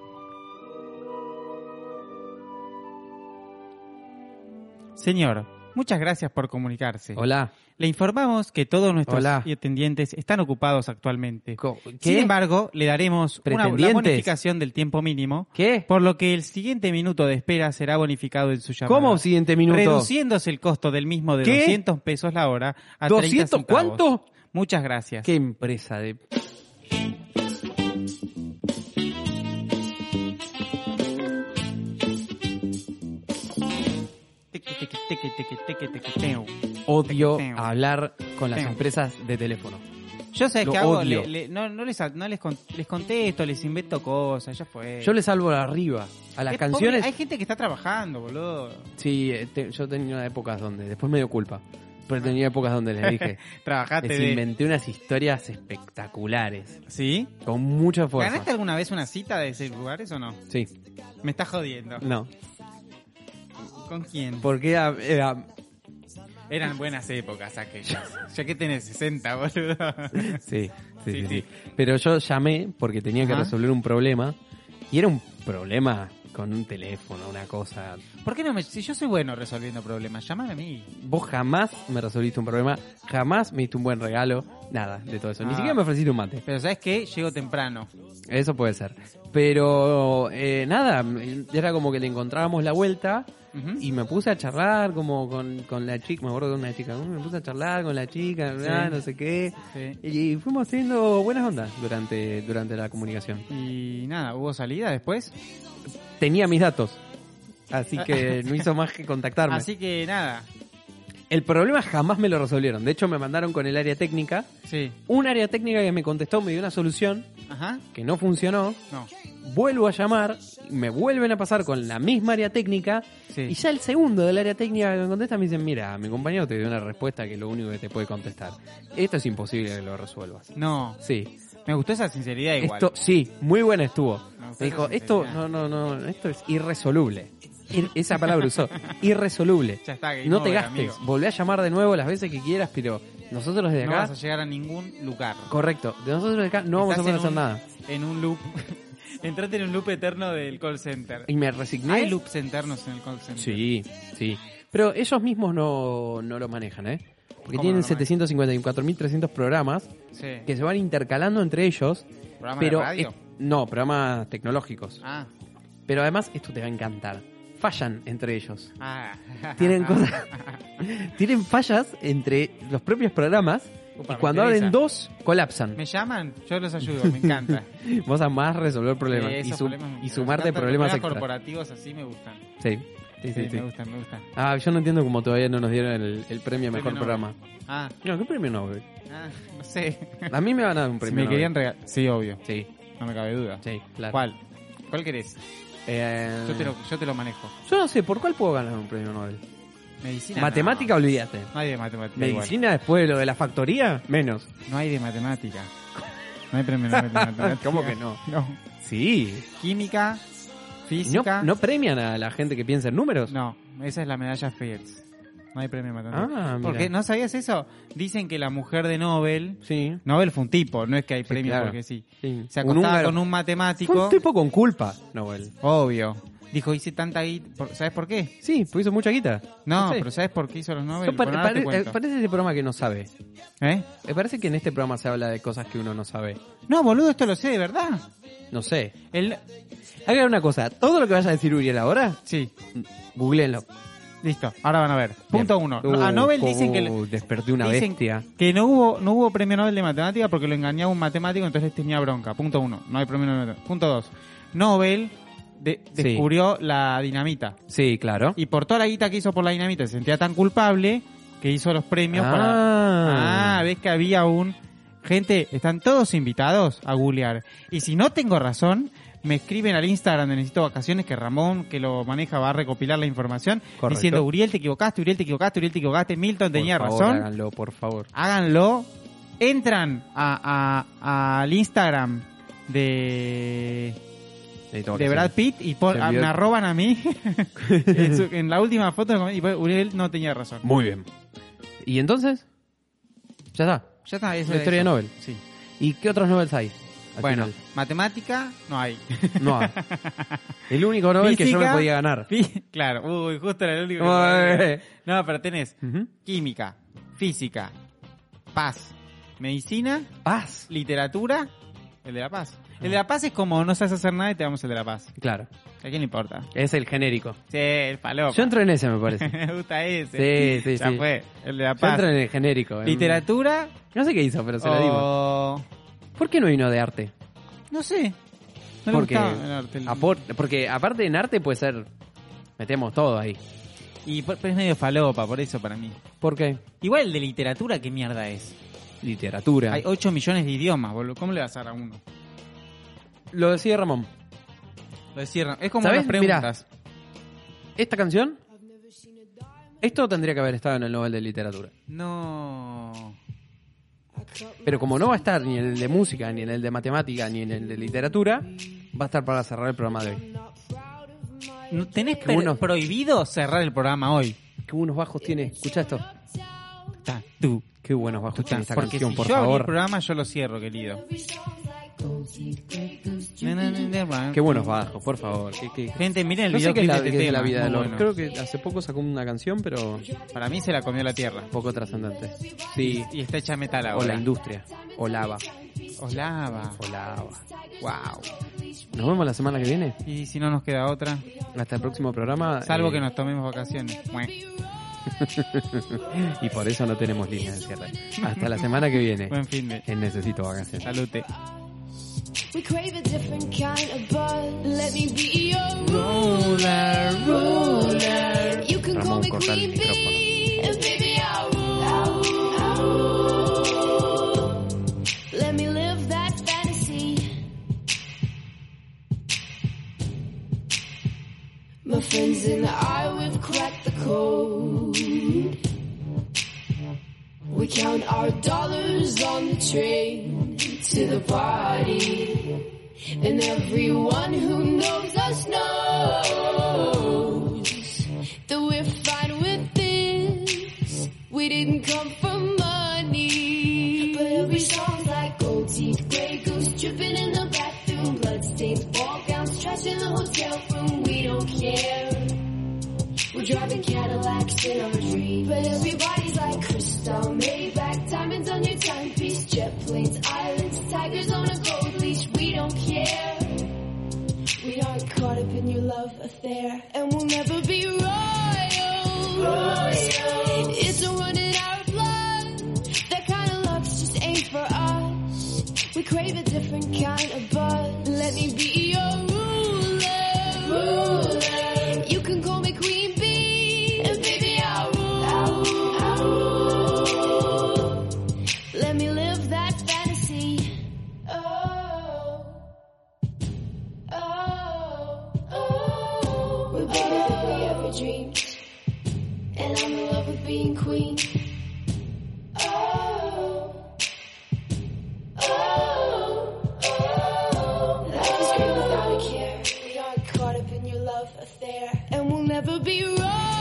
Señor, muchas gracias por comunicarse. Hola. Le informamos que todos nuestros atendientes están ocupados actualmente. ¿Qué? Sin embargo, le daremos una bonificación del tiempo mínimo. ¿Qué? Por lo que el siguiente minuto de espera será bonificado en su llamada. ¿Cómo siguiente minuto? Reduciéndose el costo del mismo de ¿Qué? 200 pesos la hora a 200, 30 centavos. ¿cuánto? Muchas gracias. ¿Qué empresa de...? Odio hablar con las empresas de teléfono. Yo sé que hago, odio. les contesto, les invento cosas, ya fue. Yo les salvo arriba a las canciones. Hay gente que está trabajando, boludo. Sí, yo tenía épocas donde, después me dio culpa, pero tenía épocas donde les dije, trabajaste les inventé unas historias espectaculares. ¿Sí? Con mucha fuerza. ¿Ganaste alguna vez una cita de esos lugares o no? Sí. Me estás jodiendo. No. ¿Con quién? Porque eran buenas épocas aquellas. Ya que tenés 60, boludo. Sí. Pero yo llamé porque tenía que resolver un problema. Y era un problema con un teléfono, una cosa. ¿Por qué no si yo soy bueno resolviendo problemas, llámame a mí? Vos jamás me resolviste un problema, jamás me diste un buen regalo, nada de todo eso. Ni siquiera me ofreciste un mate. Pero ¿sabes qué? Llego temprano. Eso puede ser. Pero nada, era como que le encontrábamos la vuelta. Y me puse a charlar como con la chica, me acuerdo de una chica, me puse a charlar con la chica, no sé qué, y fuimos haciendo buenas ondas durante la comunicación. Y nada, ¿hubo salida después? Tenía mis datos, así que no hizo más que contactarme. Así que nada. El problema jamás me lo resolvieron, de hecho me mandaron con el área técnica, un área técnica que me contestó, me dio una solución, que no funcionó. No. Vuelvo a llamar, me vuelven a pasar con la misma área técnica, y ya el segundo del área técnica que me contesta me dicen, mira, mi compañero te dio una respuesta que es lo único que te puede contestar. Esto es imposible que lo resuelvas. No. Sí. Me gustó esa sinceridad igual. Esto, sí, muy buena estuvo. Me dijo, esto esto es irresoluble. Esa palabra usó, irresoluble. Ya está, no te gastes, volvé a llamar de nuevo las veces que quieras, pero nosotros desde acá... No vas a llegar a ningún lugar. Correcto, de nosotros desde acá no vamos a poder hacer nada. En un loop... Entraste en un loop eterno del call center. Y me resigné. Hay loops internos en el call center. Sí. Pero ellos mismos no lo manejan, Porque tienen 754.300 programas que se van intercalando entre ellos. ¿Programas de radio? No, programas tecnológicos. Ah. Pero además, esto te va a encantar. Fallan entre ellos. Ah. Tienen fallas entre los propios programas. Upa, y cuando abren dos, colapsan. ¿Me llaman? Yo los ayudo, me encanta. Vos amás resolver problemas y sumarte problemas extra. Corporativos así me gustan. Sí. Me gustan. Yo no entiendo cómo todavía no nos dieron el premio a mejor programa. No, ¿qué premio Nobel? No sé. A mí me van a dar un premio me querían regalar. Sí, obvio. Sí. No me cabe duda. Sí, claro. ¿Cuál querés? Yo te lo manejo. Yo no sé, ¿por cuál puedo ganar un premio Nobel? Medicina. Matemática, no. Olvídate. No hay de matemática. Medicina igual. Después de lo de la factoría, menos. No hay de matemática. No hay premio de matemática. ¿Cómo que no? No. Sí. Química, física. ¿No premian a la gente que piensa en números? No, esa es la medalla Fields. No hay premio de matemática. ¿Por qué? ¿No sabías eso? Dicen que la mujer de Nobel... Sí. Nobel fue un tipo, no es que hay premio claro. porque sí. Se Un acostaba húngaro. con un matemático... Fue un tipo con culpa, Nobel. Obvio. Dijo, hice tanta guita... ¿Sabes por qué? Sí, pues hizo mucha guita. No, sé. pero ¿sabes por qué hizo los Nobel? Parece ese programa que no sabe. ¿Eh? Me parece que en este programa se habla de cosas que uno no sabe. No, boludo, esto lo sé de verdad. No sé. Haga una cosa. Todo lo que vaya a decir Uriel ahora, sí, googleenlo. Listo, ahora van a ver. Punto 1. A Nobel dicen que... desperté una bestia. Que no hubo premio Nobel de matemática porque lo engañaba un matemático, entonces tenía bronca. Punto 1. No hay premio Nobel de matemática. Punto 2. Nobel descubrió la dinamita. Sí, claro. Y por toda la guita que hizo por la dinamita se sentía tan culpable que hizo los premios para... ves que había Gente, están todos invitados a googlear. Y si no tengo razón, me escriben al Instagram de Necesito Vacaciones, que Ramón, que lo maneja, va a recopilar la información. Correcto. Diciendo, Uriel, te equivocaste, Milton tenía razón. Háganlo, por favor. Háganlo. Entran al Instagram de Brad Pitt y me arroban a mí en la última foto y Uriel no tenía razón. Muy bien. ¿Y entonces? Ya está. Es la historia de Nobel. Sí. ¿Y qué otros Nobels hay? Bueno, matemática no hay. No hay. El único Nobel física, que yo me podía ganar. Claro, justo era el único que no, pero tenés química, física, paz, medicina, paz, literatura, el de la paz. El de la paz es como no sabes hacer nada y te damos el de la paz. Claro. ¿A quién le importa? Es el genérico. Sí, el palopa. Yo entro en ese, me parece. Me gusta ese. Sí. Ya fue, el de la paz. Yo entro en el genérico. Literatura. No sé qué hizo, pero se lo digo. ¿Por qué no vino de arte? No sé. No porque, le gustaba el arte. Porque aparte en arte puede ser... Metemos todo ahí. Pero es medio falopa, por eso para mí. ¿Por qué? Igual el de literatura, ¿qué mierda es? Literatura. Hay 8 millones de idiomas, boludo. ¿Cómo le vas a dar a uno? Lo decía Ramón. Es como las preguntas. Mirá, esta canción, esto tendría que haber estado en el Nobel de Literatura. No. Pero como no va a estar ni en el de música, ni en el de matemática, ni en el de literatura, va a estar para cerrar el programa de hoy. ¿Tenés prohibido cerrar el programa hoy? Qué buenos bajos tiene. Escucha esto. Qué buenos bajos tiene esta porque canción, si por yo favor. El programa yo lo cierro, querido. Qué buenos bajos, por favor. Gente, miren el no video sé de es la vida de Lord. Creo que hace poco sacó una canción, pero para mí se la comió la tierra. Poco trascendente. Sí. Y está hecha metal ahora. O la industria. O lava. Wow. Nos vemos la semana que viene. Y si no nos queda otra. Hasta el próximo programa. Salvo que nos tomemos vacaciones. Y por eso no tenemos línea de cierre. Hasta la semana que viene. Buen fin de. Necesito Vacaciones. Salute. We crave a different kind of buzz. Let me be your ruler. You can call me Queen Bee, and baby I'll rule. Let me live that fantasy. My friends and I, we've cracked the code. We count our dollars on the train to the party, and everyone who knows us knows that we're fine with this. We didn't come for money, but every song's like gold teeth, gray goose dripping in the bathroom, bloodstains, ball gowns, trash in the hotel room. We don't care. We're driving Cadillacs in our dreams, but everybody's like crystal, Maybach, diamonds on your timepiece, jet planes, islands, tigers on a gold leash. We don't care. We aren't caught up in your love affair, and we'll never be royals. It's a run in our blood. That kind of luck's just ain't for us. We crave a different kind of buzz. Let me be your ruler. You can call me Queen Bee, and baby I'll rule. Let me live that fantasy. We're bigger than we ever dreamed, and I'm in love with being queen. Life is great without a care. We aren't caught up in your love affair, and we'll never be royals.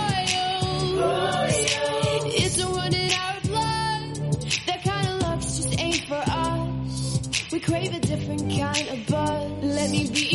It's a run in our blood. That kind of luck's just ain't for us. We crave a different kind of buzz. Let me be